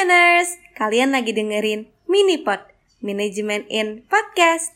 Manners, kalian lagi dengerin Minipod, Manajemen in Podcast.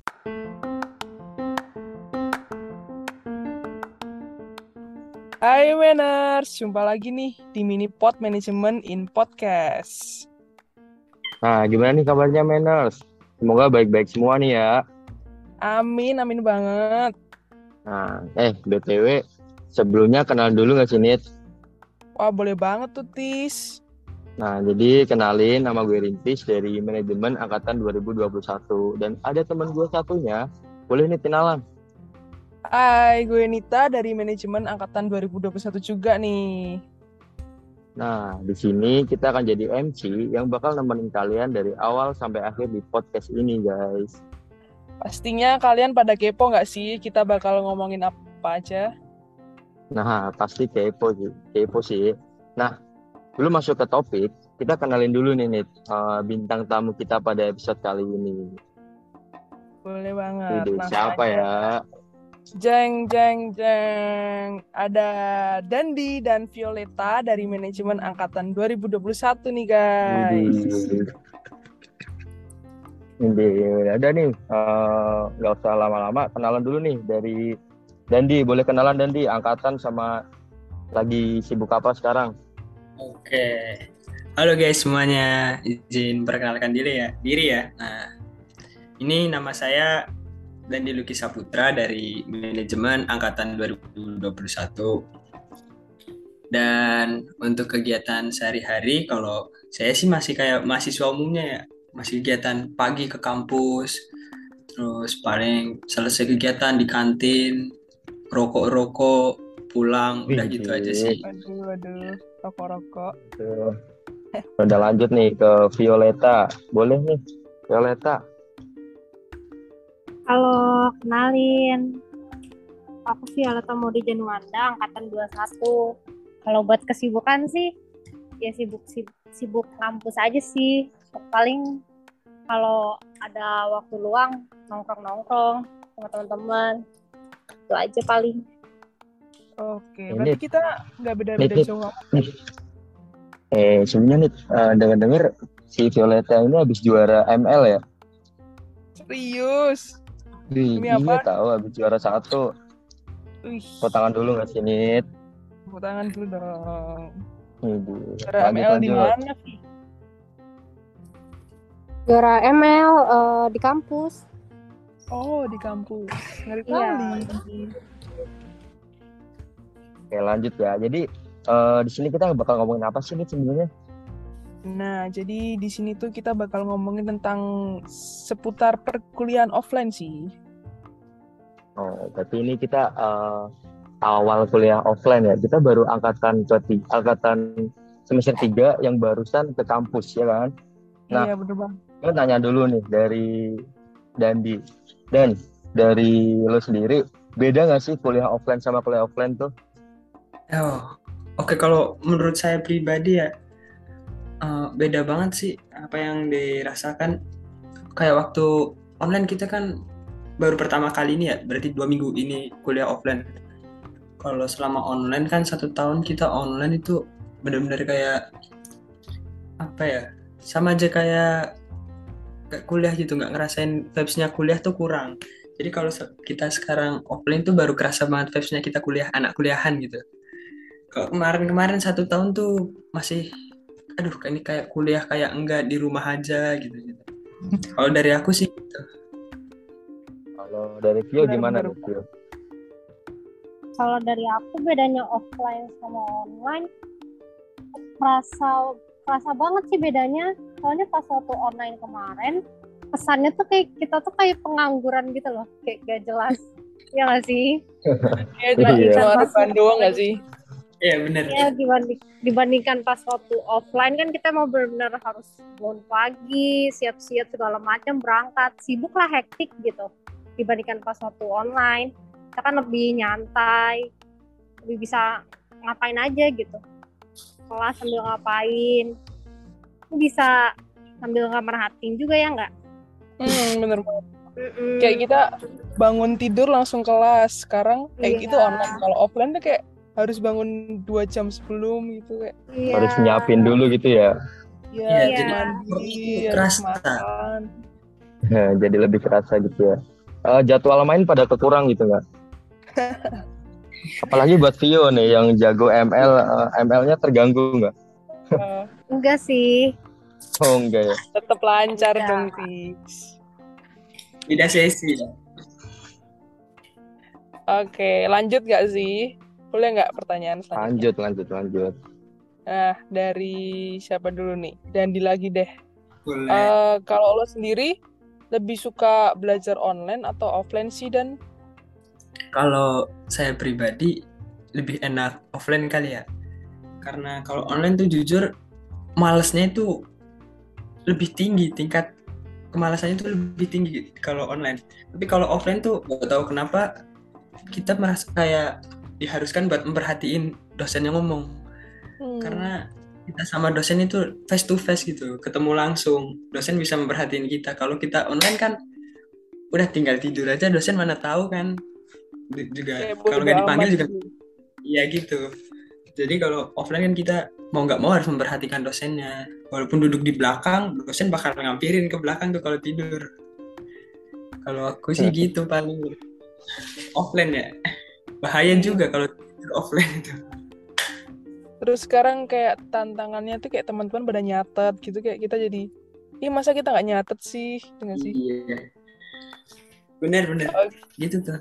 Hai Manners, jumpa lagi nih di Minipod Manajemen in Podcast. Nah, gimana nih kabarnya Manners? Semoga baik-baik semua nih ya. Amin banget. Nah, BTW, sebelumnya kenal dulu nggak sih, Nit? Wah, boleh banget tuh, Tis. Nah, jadi kenalin, nama gue Rintis dari Manajemen Angkatan 2021. Dan ada teman gue satunya, boleh nih kenalan. Hai, gue Nita dari Manajemen Angkatan 2021 juga nih. Nah, di sini kita akan jadi MC yang bakal nemenin kalian dari awal sampai akhir di podcast ini, guys. Pastinya kalian pada kepo nggak sih kita bakal ngomongin apa aja? Nah, pasti kepo sih. Nah, belum masuk ke topik, kita kenalin dulu nih, Nit, bintang tamu kita pada episode kali ini. Boleh banget. Ide, siapa ya? Jeng. Ada Dandi dan Violeta dari Manajemen Angkatan 2021 nih, guys. Ide, ada nih. Nggak usah lama-lama, kenalan dulu nih dari Dandi. Boleh kenalan Dandi, angkatan sama lagi sibuk apa sekarang? Oke, halo guys semuanya, izin perkenalkan diri ya. Nah, ini nama saya Dandi Luki Saputra dari Manajemen Angkatan 2021. Dan untuk kegiatan sehari-hari, kalau saya sih masih kayak mahasiswa umumnya ya, masih kegiatan pagi ke kampus, terus paling selesai kegiatan di kantin, rokok-rokok, pulang, udah gitu aja sih. Waduh, rokok. Udah lanjut nih ke Violeta. Boleh nih, Violeta. Halo, kenalin. Aku Violeta Modi Januanda, angkatan 21. Kalau buat kesibukan sih, ya sibuk kampus aja sih. Paling kalau ada waktu luang, nongkrong sama teman-teman. Itu aja paling. Oke, berarti kita nggak beda-beda jauh. Sebenarnya nih, dengar-dengar si Violeta ini habis juara ML ya? Serius? Iya tahu, habis juara 1. Tepuk tangan dulu nggak sih, Nit? Tepuk tangan dulu dong. Juara ML di mana sih? Juara ML di kampus. Oh, di kampus. Ngeri Iya. kali. Oke, lanjut ya. Jadi di sini kita bakal ngomongin apa sih nih sebenarnya? Nah, jadi di sini tuh kita bakal ngomongin tentang seputar perkuliahan offline sih. Oh, berarti ini kita awal kuliah offline ya. Kita baru angkatan semester 3 yang barusan ke kampus ya kan? Nah, iya bener banget. Gue tanya dulu nih dari Dandi. Dan dari lo sendiri, beda nggak sih kuliah offline sama kuliah offline tuh? Oke, kalau menurut saya pribadi ya beda banget sih apa yang dirasakan. Kayak waktu online kita kan baru pertama kali ini ya, berarti 2 minggu ini kuliah offline. Kalau selama online kan 1 tahun kita online itu benar-benar kayak apa ya, sama aja kayak kuliah gitu, nggak ngerasain vibes-nya kuliah tuh kurang. Jadi kalau kita sekarang offline tuh baru kerasa banget vibes-nya kita kuliah, anak kuliahan gitu. Kalau kemarin 1 tahun tuh masih, aduh ini kayak kuliah kayak enggak di rumah aja gitu. Kalau dari aku sih gitu. Kalau dari Vio gimana nih, Vio? Kalau dari aku bedanya offline sama online kerasa banget sih bedanya. Soalnya pas waktu online kemarin kesannya tuh kayak kita tuh kayak pengangguran gitu loh, kayak gak jelas. Ya nggak sih? Cuma depan doang nggak sih? Iya benar. Ya dibandingkan pas waktu offline kan kita mau benar-benar harus bangun pagi, siap-siap segala macam, berangkat, sibuk lah, hektik gitu. Dibandingkan pas waktu online, kita kan lebih nyantai, lebih bisa ngapain aja gitu. Kelas sambil ngapain, bisa sambil nggak merhatiin juga ya nggak? Bener banget. Kayak kita bangun tidur langsung kelas. Sekarang kayak gitu online. Kalau offline tuh kayak harus bangun 2 jam sebelum gitu kayak. Harus nyiapin dulu gitu ya. Ya, Iya. harus mandi, harus Kerasa. makan. Nah, jadi lebih kerasa gitu ya. Jadwal main pada kekurang gitu nggak? Apalagi buat Vio nih yang jago ML, ML-nya terganggu nggak? Eh, Enggak sih. Oh enggak ya. tetap lancar Iya. dong, Fix. Beda sesi ya. Oke, lanjut nggak sih? Boleh nggak pertanyaan selanjutnya? Lanjut. Nah, dari siapa dulu nih? Dan lagi deh. Boleh. Kalau lo sendiri lebih suka belajar online atau offline sih, Dan? Kalau saya pribadi lebih enak offline kali ya. Karena kalau online tuh jujur malesnya itu lebih tinggi, tingkat kemalasannya itu lebih tinggi kalau online. Tapi kalau offline tuh gak tahu kenapa kita merasa kayak diharuskan buat memperhatiin dosen yang ngomong. Karena kita sama dosen itu face to face gitu, ketemu langsung. Dosen bisa memperhatiin kita. Kalau kita online kan udah tinggal tidur aja, dosen mana tahu kan. Juga Kayak kalau bodo nggak dipanggil amat juga gitu. iya gitu. Jadi kalau offline kan kita mau nggak mau harus memperhatikan dosennya. Walaupun duduk di belakang, dosen bakal ngampirin ke belakang tuh kalau tidur. Kalau aku sih gitu paling offline ya. Bahaya juga kalau tidur offline itu. Terus sekarang kayak tantangannya tuh kayak teman-teman pada nyatet gitu, kayak kita jadi, ih masa kita nggak nyatet sih, enggak sih? Iya. Bener. Oke. Gitu tuh.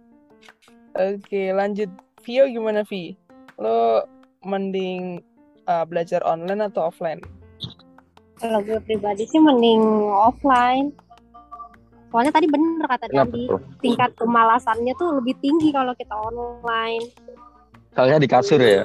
Oke, lanjut. Vio gimana, Vi? Lo mending belajar online atau offline? Kalau gue pribadi sih mending offline. Soalnya tadi bener kata Kenapa Dandi, tuh? tingkat kemalasannya tuh lebih tinggi kalau kita online. Soalnya di kasur ya.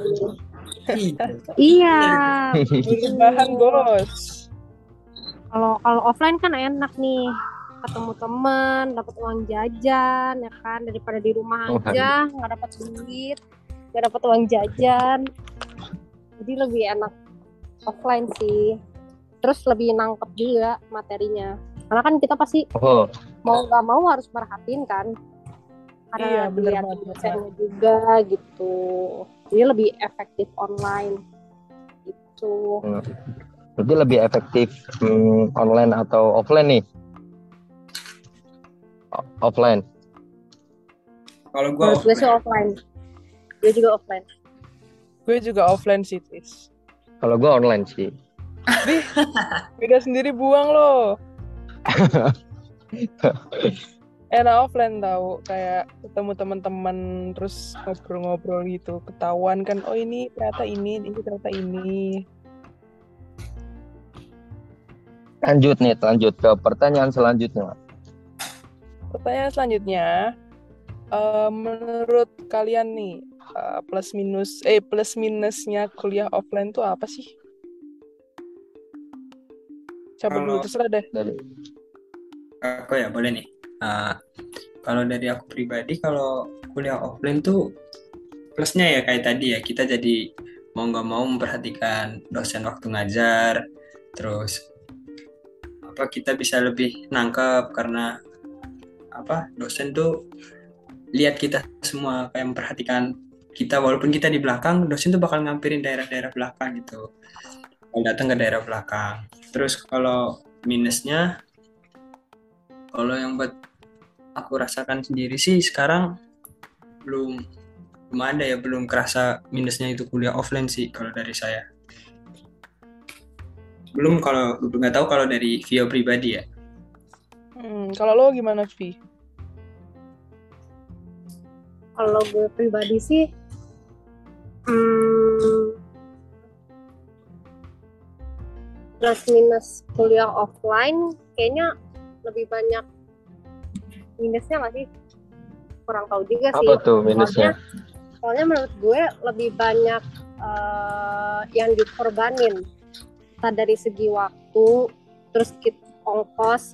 Iya. Bahan bos. Kalau offline kan enak nih, ketemu teman, dapat uang jajan, ya kan, daripada di rumah Oh, aja nggak dapat duit, nggak dapat uang jajan. Jadi lebih enak offline sih. Terus lebih nangkep juga materinya. Karena kan kita pasti Oh, mau nggak mau harus merhatiin kan. Iya, Karena bener dilihat banget. dosennya juga gitu. Jadi lebih efektif online gitu. berarti lebih efektif online atau offline nih? Offline. Kalau gua Menurut gue sih offline. offline. Gue juga offline. Gue juga offline sih, Tis. Kalau gue online sih. Beda sendiri buang lo. Enak offline tahu, kayak ketemu teman-teman terus ngobrol-ngobrol gitu, ketahuan kan, oh ini ternyata ini. Lanjut ke pertanyaan selanjutnya. Pertanyaan selanjutnya, menurut kalian nih, plus minusnya kuliah offline tuh apa sih? Coba dulu, terserah deh. Dari Aku ya boleh nih. Kalau dari aku pribadi, kalau kuliah offline tuh plusnya ya kayak tadi ya, kita jadi mau nggak mau memperhatikan dosen waktu ngajar, terus kita bisa lebih nangkep karena dosen tuh lihat kita semua, kayak memperhatikan kita walaupun kita di belakang, dosen tuh bakal ngampirin daerah-daerah belakang gitu. Kalau datang ke daerah belakang. Terus kalau minusnya, kalau yang buat aku rasakan sendiri sih sekarang belum ada ya, belum kerasa minusnya itu kuliah offline sih kalau dari saya. Belum, kalau nggak tahu kalau dari Vio pribadi ya. Kalau lo gimana, Vi? Kalau gue pribadi sih plus minus kuliah offline kayaknya lebih banyak minusnya nggak sih? Kurang tahu juga sih. apa tuh minusnya? Soalnya menurut gue lebih banyak yang dikorbanin. Entah dari segi waktu, terus ongkos,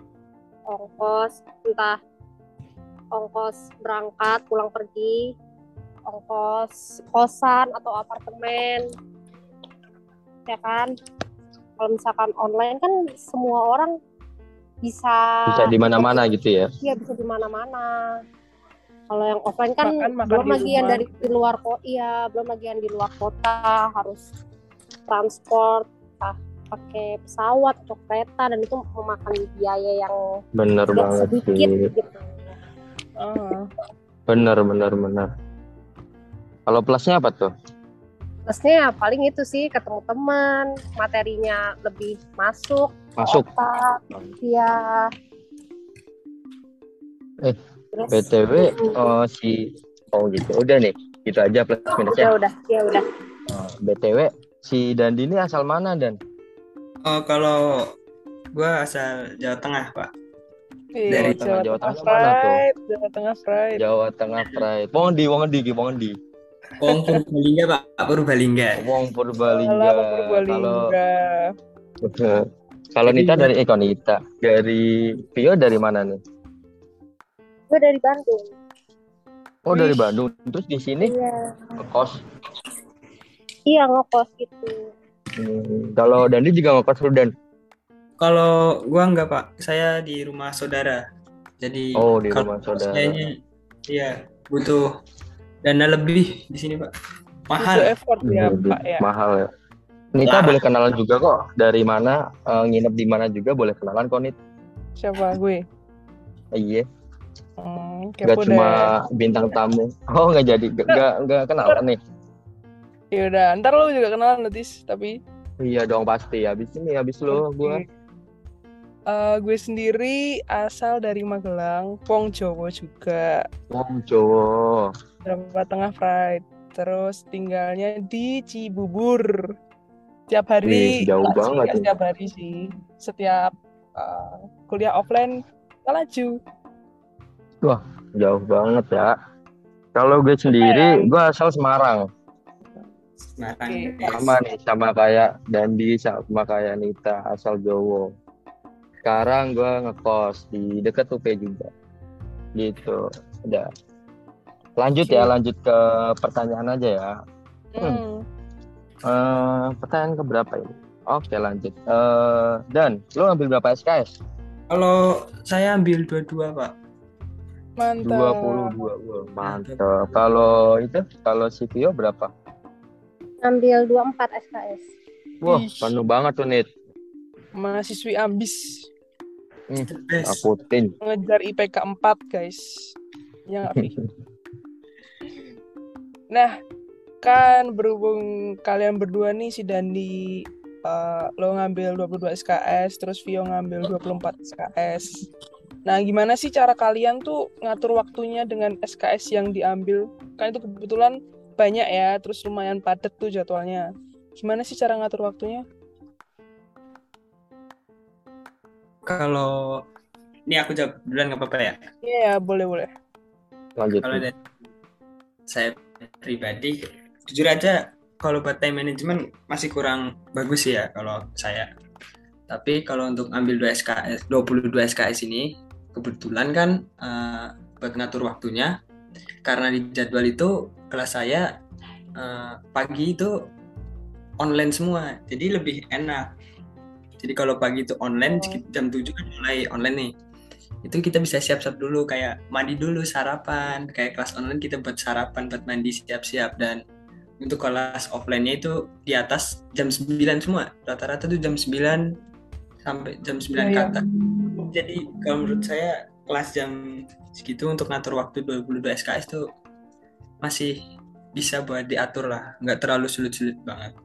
entah ongkos berangkat, pulang pergi, ongkos kosan atau apartemen, ya kan? Kalau misalkan online kan semua orang bisa di mana-mana gitu ya? Iya, bisa di mana-mana. Kalau yang offline kan Makan belum di lagi yang rumah. dari di luar kota, belum lagi yang di luar kota harus transport, pakai pesawat atau kereta, dan itu memakan biaya yang Bener gak banget sedikit sih. gitu. Bener. Kalau plusnya apa tuh? Plusnya ya paling itu sih, ketemu teman, materinya lebih masuk ke Masuk. otak, ya. Terus BTW gitu. Udah nih, gitu aja plus minusnya. udah. BTW si Dandi ini asal mana, Dan? Oh, kalau gua asal Jawa Tengah, Pak. Iya, Jawa Jawa Tengah Tengah mana tuh? Pride, Jawa Tengah Pride. Jawa Tengah Pride. Wongendi. Wong Purbalingga, Pak. Purbalingga. Wong Alah, Purbalingga. Purbalingga. Kalau Jadi Nita dari Vio dari mana nih? gue dari Bandung. Oh, dari Wih. Bandung. Terus di sini Iya, ngekos. ngekos gitu. Kalau Dandi juga ngekos lu, Dan? kalau gua enggak, Pak. Saya di rumah saudara. Jadi Oh, di kalau rumah saudara. kayaknya iya butuh dana lebih di sini, Pak. Butuh Mahal. effort ya, Pak ya. Mahal ya. Nita Larang. boleh kenalan juga kok. Dari mana, nginep di mana juga boleh kenalan kok, Nit. Siapa gue? Iya. Gak Kepo cuma deh. bintang tamu. Oh, nggak jadi. Nggak kenalan nih. Yaudah, ntar lo juga kenalan Tis, tapi Iya dong pasti. Habis lo gue. Gue sendiri asal dari Magelang, Wong Jawa juga, Wong Jawa. Jawa Tengah Pride. Terus tinggalnya di Cibubur. Tiap hari, Jauh enggak sih, banget enggak nih. setiap hari sih. Setiap kuliah offline, kita laju. Wah, jauh banget ya. Kalau gue sendiri, gue asal Semarang. Semarang, Oke. guys. Sama nih, sama kayak Dandi, sama kayak Nita, asal Jawa. Sekarang gue ngekos di dekat UP juga. Gitu. Udah. Lanjut ke pertanyaan aja ya. Pertanyaan keberapa ini? Oke, lanjut. Dan, lu ambil berapa SKS? Kalau saya ambil 22, Pak. Mantap. 22. Wah, mantap. Kalau si Vio berapa? Ambil 24 SKS. Wah, Ih. penuh banget tuh, Nit. Mahasiswi ambis. Akutin. Mengejar IPK 4, guys. Ya nggak, Vi? Nah, kan berhubung kalian berdua nih, si Dandi lo ngambil 22 SKS, terus Vio ngambil 24 SKS. Nah, gimana sih cara kalian tuh ngatur waktunya dengan SKS yang diambil? Kan itu kebetulan banyak ya, terus lumayan padat tuh jadwalnya. Gimana sih cara ngatur waktunya? Kalau ini aku jawab duluan nggak apa-apa ya? Iya, boleh. Lanjut. Kalau dari saya pribadi, jujur aja kalau buat time management masih kurang bagus sih ya kalau saya. Tapi kalau untuk ambil 22 SKS ini, kebetulan kan buat ngatur waktunya, karena di jadwal itu kelas saya pagi itu online semua, jadi lebih enak. Jadi kalau pagi itu online, jam 7 kan mulai online nih. Itu kita bisa siap-siap dulu, kayak mandi dulu, sarapan. Kayak kelas online kita buat sarapan, buat mandi, siap-siap. Dan untuk kelas offline-nya itu di atas jam 9 semua. Rata-rata tuh jam 9 sampai jam 9 ke atas. Jadi kalau menurut saya kelas jam segitu untuk ngatur waktu 22 SKS tuh masih bisa buat diatur lah. Nggak terlalu sulit-sulit banget.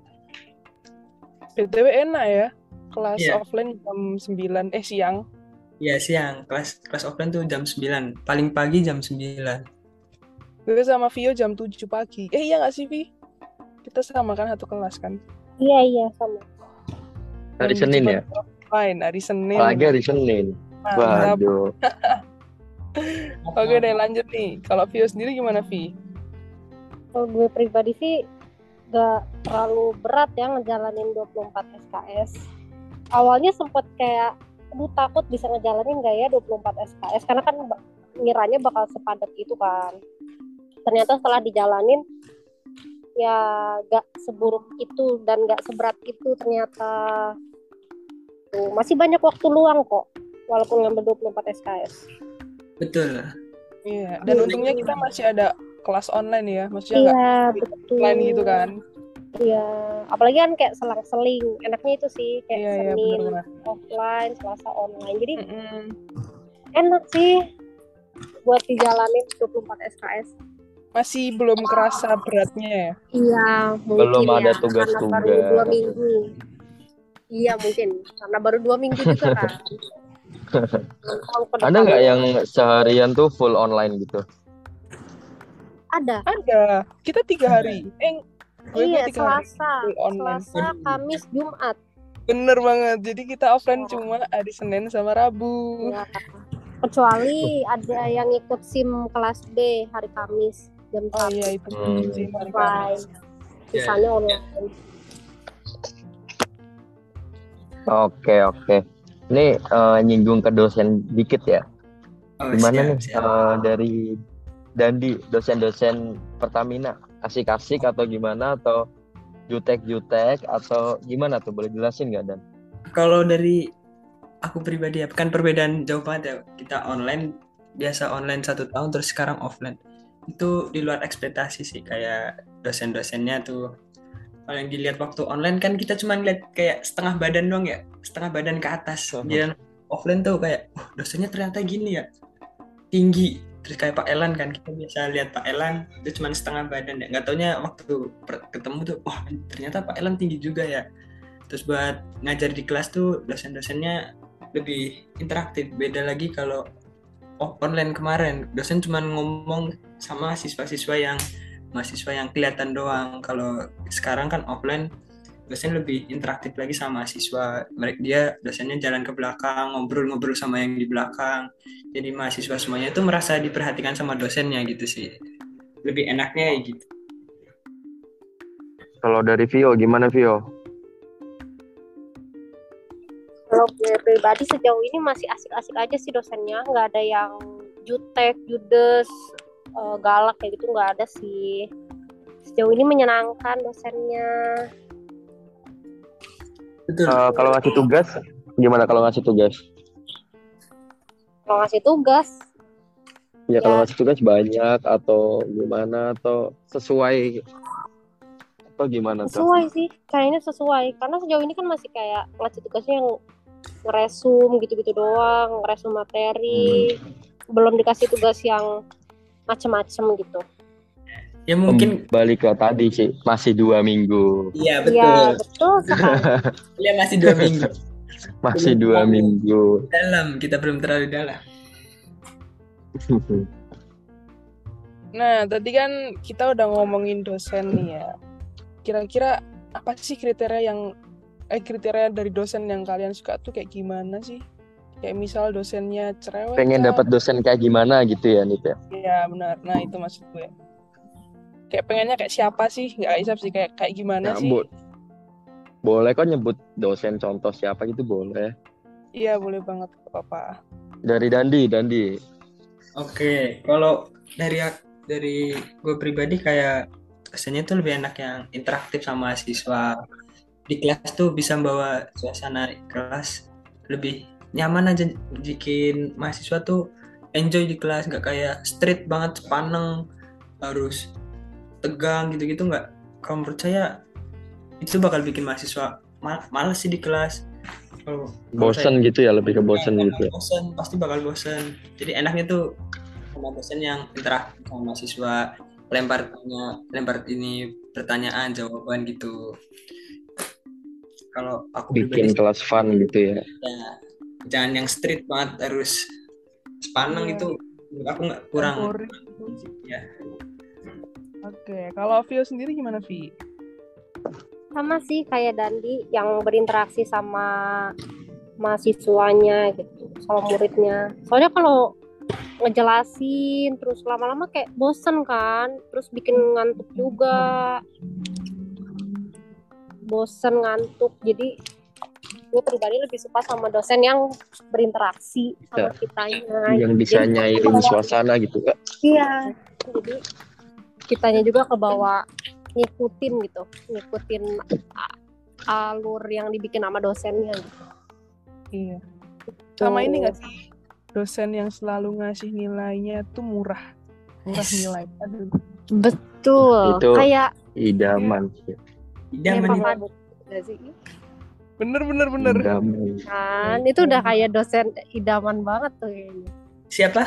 BTW enak ya, kelas Iya. offline jam 9, siang. Iya siang, kelas offline tuh jam 9, paling pagi jam 9. Gue sama Vio jam 7 pagi. Iya nggak sih, Vi? Kita sama kan satu kelas kan? Iya, sama. Hari Senin ya? Fine, hari Senin. Lagi hari Senin. Mantap. Waduh. Oke deh, lanjut nih. Kalau Vio sendiri gimana, Vi? Kalau gue pribadi sih gak terlalu berat ya ngejalanin 24 SKS. Awalnya sempat kayak takut bisa ngejalanin gak ya 24 SKS, karena kan ngiranya bakal sepadat itu kan. Ternyata setelah dijalanin ya gak seburuk itu dan gak seberat itu ternyata. Tuh, masih banyak waktu luang kok walaupun ngambil 24 SKS. Betul. Iya, dan untungnya kita masih ada kelas online ya, maksudnya Iya, nggak betul. offline gitu kan. Iya, apalagi kan kayak selang-seling. Enaknya itu sih kayak Iya, iya, Senin benar-benar. offline, Selasa online. Jadi Mm-mm. enak sih buat dijalanin 24 SKS. Masih belum kerasa beratnya ya. Iya, Belum mungkin ada ya karena baru 2 tugas-tugas. minggu. Iya, mungkin karena baru 2 minggu juga kan. Belum tahu ke Ada nggak depannya. yang seharian tuh full online gitu? Ada. Ada. Kita 3 hari. Gue Iya, 3 hari Selasa, full online. Selasa, Kamis, Jumat. Bener banget. Jadi kita offline Ya. cuma hari Senin sama Rabu. Ya. Kecuali ada yang ikut SIM kelas B hari Kamis jam Oh 1 iya, itu sih hari Kamis. offline. Sisanya online. Oke. Ini nyinggung ke dosen dikit ya. Oh, Gimana siap, nih siap. dari Dandi, dosen-dosen Pertamina? Asik-asik atau gimana? Atau jutek-jutek atau gimana tuh? Boleh jelasin nggak, Dan? Kalau dari aku pribadi ya, kan perbedaan jauh banget ya. Kita online, biasa online 1 tahun, terus sekarang offline. Itu di luar ekspektasi sih, kayak dosen-dosennya tuh. Kalau yang dilihat waktu online kan kita cuma ngeliat kayak setengah badan doang ya, setengah badan ke atas. Dia offline tuh kayak, dosennya ternyata gini ya, tinggi. Terus kayak Pak Elan kan, kita biasa lihat Pak Elan itu cuma setengah badan ya. Nggak taunya waktu ketemu tuh, wah ternyata Pak Elan tinggi juga ya. Terus buat ngajar di kelas tuh dosen-dosennya lebih interaktif. Beda lagi kalau online kemarin, dosen cuma ngomong sama mahasiswa yang kelihatan doang. Kalau sekarang kan offline, dosen lebih interaktif lagi sama mahasiswa. Dia dosennya jalan ke belakang, ngobrol-ngobrol sama yang di belakang. Jadi mahasiswa semuanya itu merasa diperhatikan sama dosennya gitu sih. Lebih enaknya gitu. Kalau dari Vio, gimana Vio? Kalau gue pribadi sejauh ini masih asik-asik aja sih dosennya, nggak ada yang jutek, judes, galak kayak gitu nggak ada sih. Sejauh ini menyenangkan dosennya. Betul. Kalau ngasih tugas, gimana kalau ngasih tugas? Kalau ngasih tugas, Ya, kalau Ya. ngasih tugas banyak atau gimana atau sesuai atau gimana tuh? sesuai sih, kayaknya sesuai. Karena sejauh ini kan masih kayak ngasih tugasnya yang ngeresum gitu-gitu doang, ngeresum materi. Belum dikasih tugas yang macem-macem gitu. Ya mungkin Kembali ke tadi sih, masih 2 minggu. iya Iya, betul. betul sekali. Ya masih 2 minggu. Masih 2 minggu. Dalam, kita belum terlalu dalam. Nah, tadi kan kita udah ngomongin dosen nih ya. Kira-kira apa sih kriteria dari dosen yang kalian suka tuh kayak gimana sih? Kayak misal dosennya cerewet Pengen kah? dapat dosen kayak gimana gitu ya, Nip ya? Iya, benar. Nah, itu maksud gue. Kayak pengennya kayak siapa sih? Nggak isap sih, kayak gimana sih? Boleh kok nyebut dosen contoh siapa gitu boleh. Iya, boleh banget, gak apa-apa. Dari Dandi. Oke, kalau dari gue pribadi kayak dosennya tuh lebih enak yang interaktif sama mahasiswa. Di kelas tuh bisa membawa suasana kelas lebih nyaman aja, bikin mahasiswa tuh enjoy di kelas, nggak kayak strict banget, sepaneng, harus tegang gitu-gitu nggak. Kalau menurut saya itu bakal bikin mahasiswa males sih di kelas. Kalau Bosen gitu ya, lebih ke bosen gitu ya. bosen, pasti bakal bosen. Jadi enaknya tuh sama dosen yang interaktif sama mahasiswa, lempar ini pertanyaan jawaban gitu. Kalau aku Bikin pribadi kelas fun gitu ya. ya, jangan yang strict banget harus sepaneng Iya. itu menurut aku nggak kurang Boring. ya. Oke, kalau Vio sendiri gimana, Vi? Sama sih kayak Dandi yang berinteraksi sama mahasiswanya gitu, sama muridnya. Soalnya kalau ngejelasin terus lama-lama kayak bosen kan, terus bikin ngantuk juga. Bosen, ngantuk. Jadi gue pribadi lebih suka sama dosen yang berinteraksi sama kitanya. Yang bisa Jadi, nyairin suasana gitu Kak. Iya. Jadi kitanya juga kebawa ngikutin alur yang dibikin sama dosennya gitu. Iya. Sama ini nggak sih? Dosen yang selalu ngasih nilainya tuh murah nilai. Aduh. Betul. Itu Kayak idaman sih. Idaman Pak itu. Fadli nggak sih? Bener. Damai. Kan itu udah kayak dosen idaman banget tuh kayaknya. Siapa?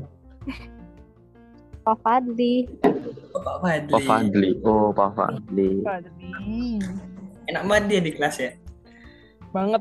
Pak Fadli. Oh, Pak Fadli. Pak Fadli. Oh, Pak Fadli. Fadli. Enak banget dia di kelas ya. Banget.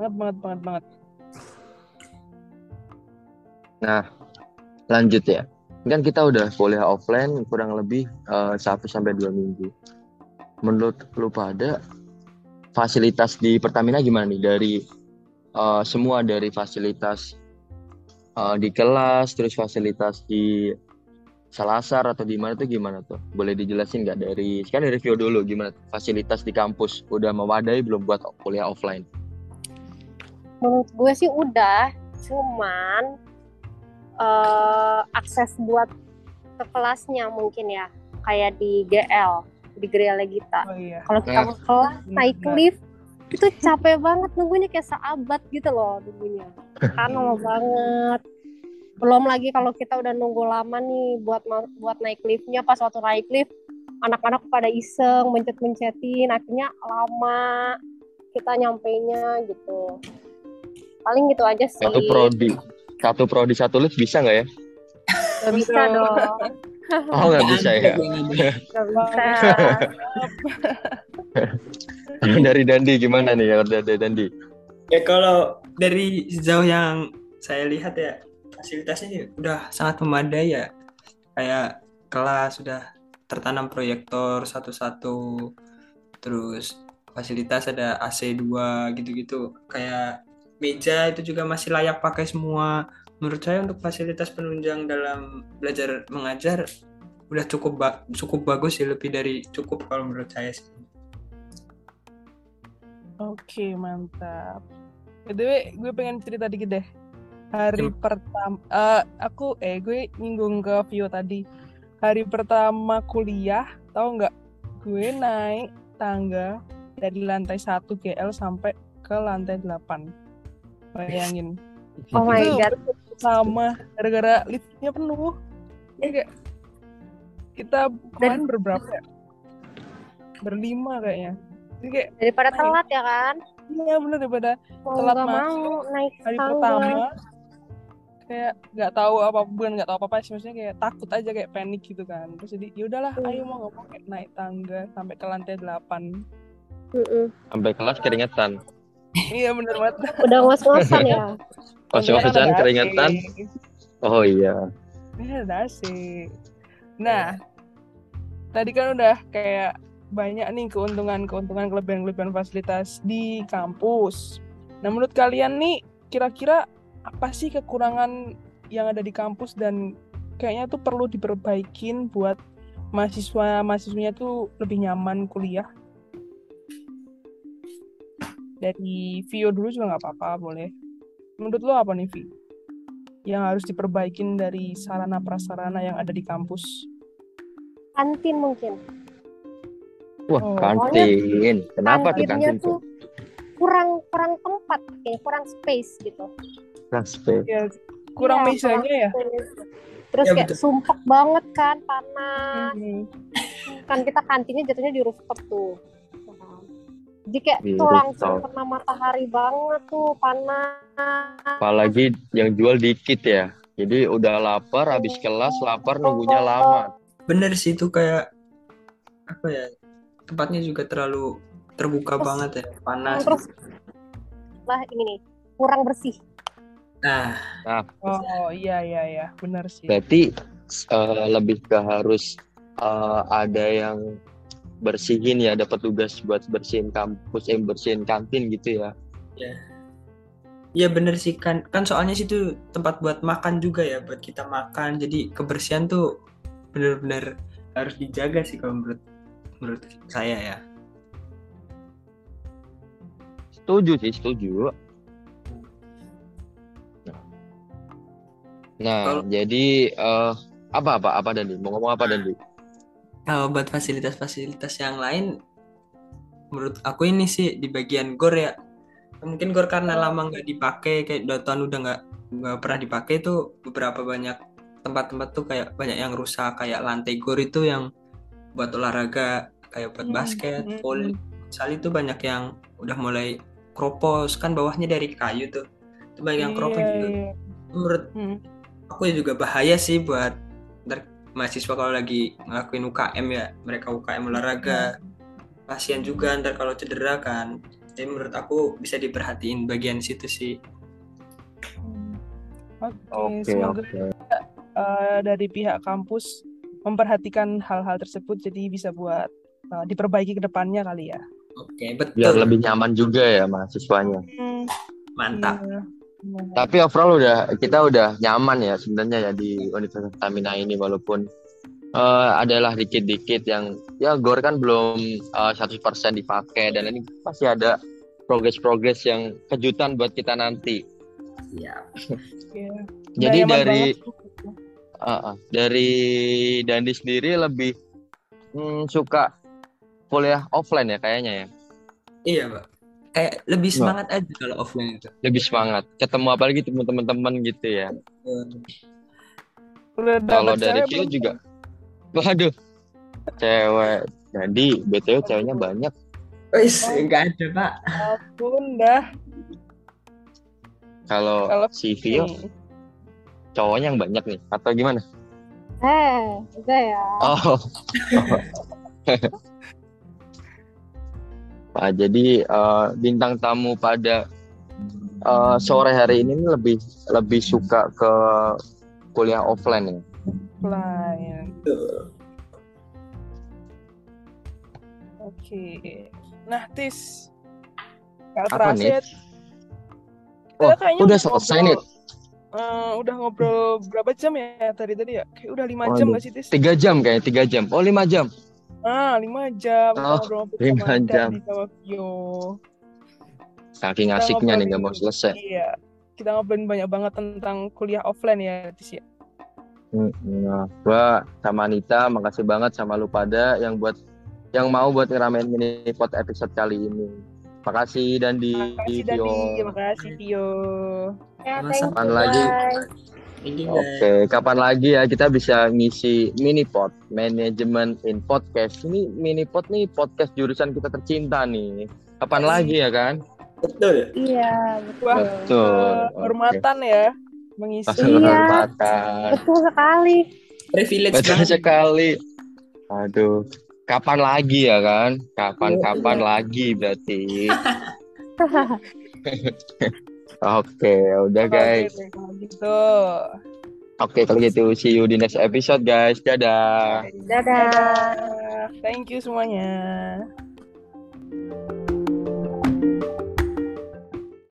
Nah, lanjut ya. Kan kita udah kuliah offline kurang lebih 1-2 minggu. Menurut lu pada fasilitas di Pertamina gimana nih? Dari semua dari fasilitas di kelas, terus fasilitas di Selasar atau di mana tuh gimana tuh? Boleh dijelasin nggak dari review dulu gimana tuh? Fasilitas di kampus udah memadai belum buat kuliah offline? Menurut gue sih udah, cuman akses buat ke kelasnya mungkin ya kayak di GL, di Gria Legita. Oh iya. Kalau kita ke kelas naik Benar. lift itu capek banget nunggunya, kayak seabad gitu loh nunggunya. Kan lama banget. Belum lagi kalau kita udah nunggu lama nih buat naik liftnya, pas waktu naik lift anak-anak pada iseng mencet-mencetin, akhirnya lama kita nyampainya gitu. Paling gitu aja sih. Satu prodi satu lift bisa nggak ya? Gak bisa dong. Oh nggak bisa ya. Gak bisa. Dari Dandi gimana nih ya dari Dandi? Ya kalau dari sejauh yang saya lihat ya, fasilitasnya udah sangat memadai ya. Kayak kelas sudah tertanam proyektor satu-satu, terus fasilitas ada AC2 gitu-gitu. Kayak meja itu juga masih layak pakai semua. Menurut saya untuk fasilitas penunjang dalam belajar mengajar udah cukup bagus sih, lebih dari cukup kalau menurut saya sih. Oke, mantap. BTW, gue pengen cerita dikit deh. Hari pertama, gue nyinggung ke Vio tadi. Hari pertama kuliah, tahu nggak? Gue naik tangga dari lantai 1 GL sampai ke lantai 8. Bayangin. Oh my god. Sama, gara-gara liftnya penuh. Ya, kayak kita kemarin berberapa ya? Berlima kayaknya. Jadi kayak Daripada telat ya kan? iya bener, daripada Mau telat nggak masuk mau naik hari tangga. pertama, kayak nggak tahu apa sih, maksudnya kayak takut aja, kayak panik gitu kan. Terus jadi ya udahlah, ayo mau nggak mau kayak naik tangga sampai ke lantai 8. Sampai kelas keringetan. Iya bener banget. Udah ngos-ngosan ya. Ngos-ngosan keringetan. Oh iya. Ini ada AC. Nah, tadi kan udah kayak banyak nih keuntungan kelebihan fasilitas di kampus. Nah, menurut kalian nih kira-kira apa sih kekurangan yang ada di kampus dan kayaknya tuh perlu diperbaikin buat mahasiswanya tuh lebih nyaman kuliah? Dari Vio dulu juga nggak apa-apa, boleh. Menurut lo apa nih, Vi? Yang harus diperbaikin dari sarana prasarana yang ada di kampus? Kantin mungkin. Wah, kantin. Kenapa tuh Kantinnya kantin tuh kurang tempat, kayak kurang space gitu. Kurang space. Ya, kurang mejanya ya. Terus Ya, kayak betul. sumpek banget kan, panas. Kan kita kantinnya jatuhnya di rooftop tuh. Jadi kayak Di tuh langsung rooftop. kena matahari banget tuh, panas. Apalagi yang jual dikit ya. Jadi udah lapar, habis kelas lapar nunggunya lama. Bener sih, itu kayak apa ya, tempatnya juga terlalu terbuka banget ya, panas. Terus lah ini nih, kurang bersih. Nah, Oh iya, benar sih. Berarti lebih ke harus ada yang bersihin ya, dapat tugas buat bersihin kampus, bersihin kantin gitu ya. ya bener sih, kan soalnya situ tempat buat makan juga ya, buat kita makan. Jadi kebersihan tuh bener-bener harus dijaga sih kalau menurut saya ya. Setuju. Nah, jadi apa Dandi? Mau ngomong apa Dandi? Kalau buat fasilitas-fasilitas yang lain, menurut aku ini sih di bagian GOR ya. Mungkin GOR karena lama nggak dipakai, kayak 2 tahun udah nggak pernah dipakai tuh, beberapa banyak tempat-tempat tuh kayak banyak yang rusak, kayak lantai GOR itu yang buat olahraga kayak buat basket, volley, futsal itu banyak yang udah mulai kropos kan bawahnya dari kayu tuh. Itu banyak yang kropos juga. Menurut aku juga bahaya sih buat mahasiswa kalau lagi ngelakuin UKM ya, mereka UKM olahraga. Kasihan juga ntar kalau cedera kan. Jadi menurut aku bisa diperhatiin bagian situ sih. Semoga dari pihak kampus memperhatikan hal-hal tersebut jadi bisa buat diperbaiki ke depannya kali ya. Oke, betul. Biar lebih nyaman juga ya mahasiswanya. Mantap. Tapi overall kita udah nyaman ya sebenarnya ya di Universitas Pertamina ini, walaupun adalah dikit-dikit yang ya GOR kan belum 100% dipakai, dan ini pasti ada progres yang kejutan buat kita nanti. Iya. Jadi dari Dandi sendiri lebih suka kuliah offline ya kayaknya ya. Iya, Pak. Kayak lebih semangat aja kalau offline itu. Lebih semangat. Ketemu apalagi teman-teman gitu ya. Kalau dari Vio juga. Waduh. Cewek. Jadi BTW ceweknya banyak. Wis, enggak ada, Pak. Ampun dah. Kalau si Vio cowoknya yang banyak nih atau gimana? Enggak ya. Oh. Pak, jadi bintang tamu pada sore hari ini lebih suka ke kuliah offline ya. Offline. Oke. Nah, Tis. Apa nih? Oh, udah selesai nih. Udah ngobrol berapa jam ya tadi ya? Kayak udah 5 jam nggak sih, Tis? 3 jam kayaknya, 3 jam. Oh, 5 jam. 5 jam. Oh, 5 jam. Sama Vio. Saking asiknya nih, nggak mau selesai. Iya. Kita ngobrolin banyak banget tentang kuliah offline ya, Tis ya. Gua sama Anita, makasih banget sama lu pada yang mau buat ngeramein Minipod episode kali ini. Makasih Dandi, Vio. Makasih Vio. Kapan lagi? Oke, kapan lagi ya kita bisa ngisi Minipod Management in Podcast. Ini Minipod nih podcast jurusan kita tercinta nih. Kapan lagi ya kan? Betul. Iya, betul. Hormatan ya mengisi. Hormatan. Betul sekali. Privilege. Betul sekali. Aduh. Kapan lagi ya kan? Kapan lagi berarti. Oke, udah guys. Oke, kalau gitu see you di next episode guys. Dadah. Dadah. Thank you semuanya.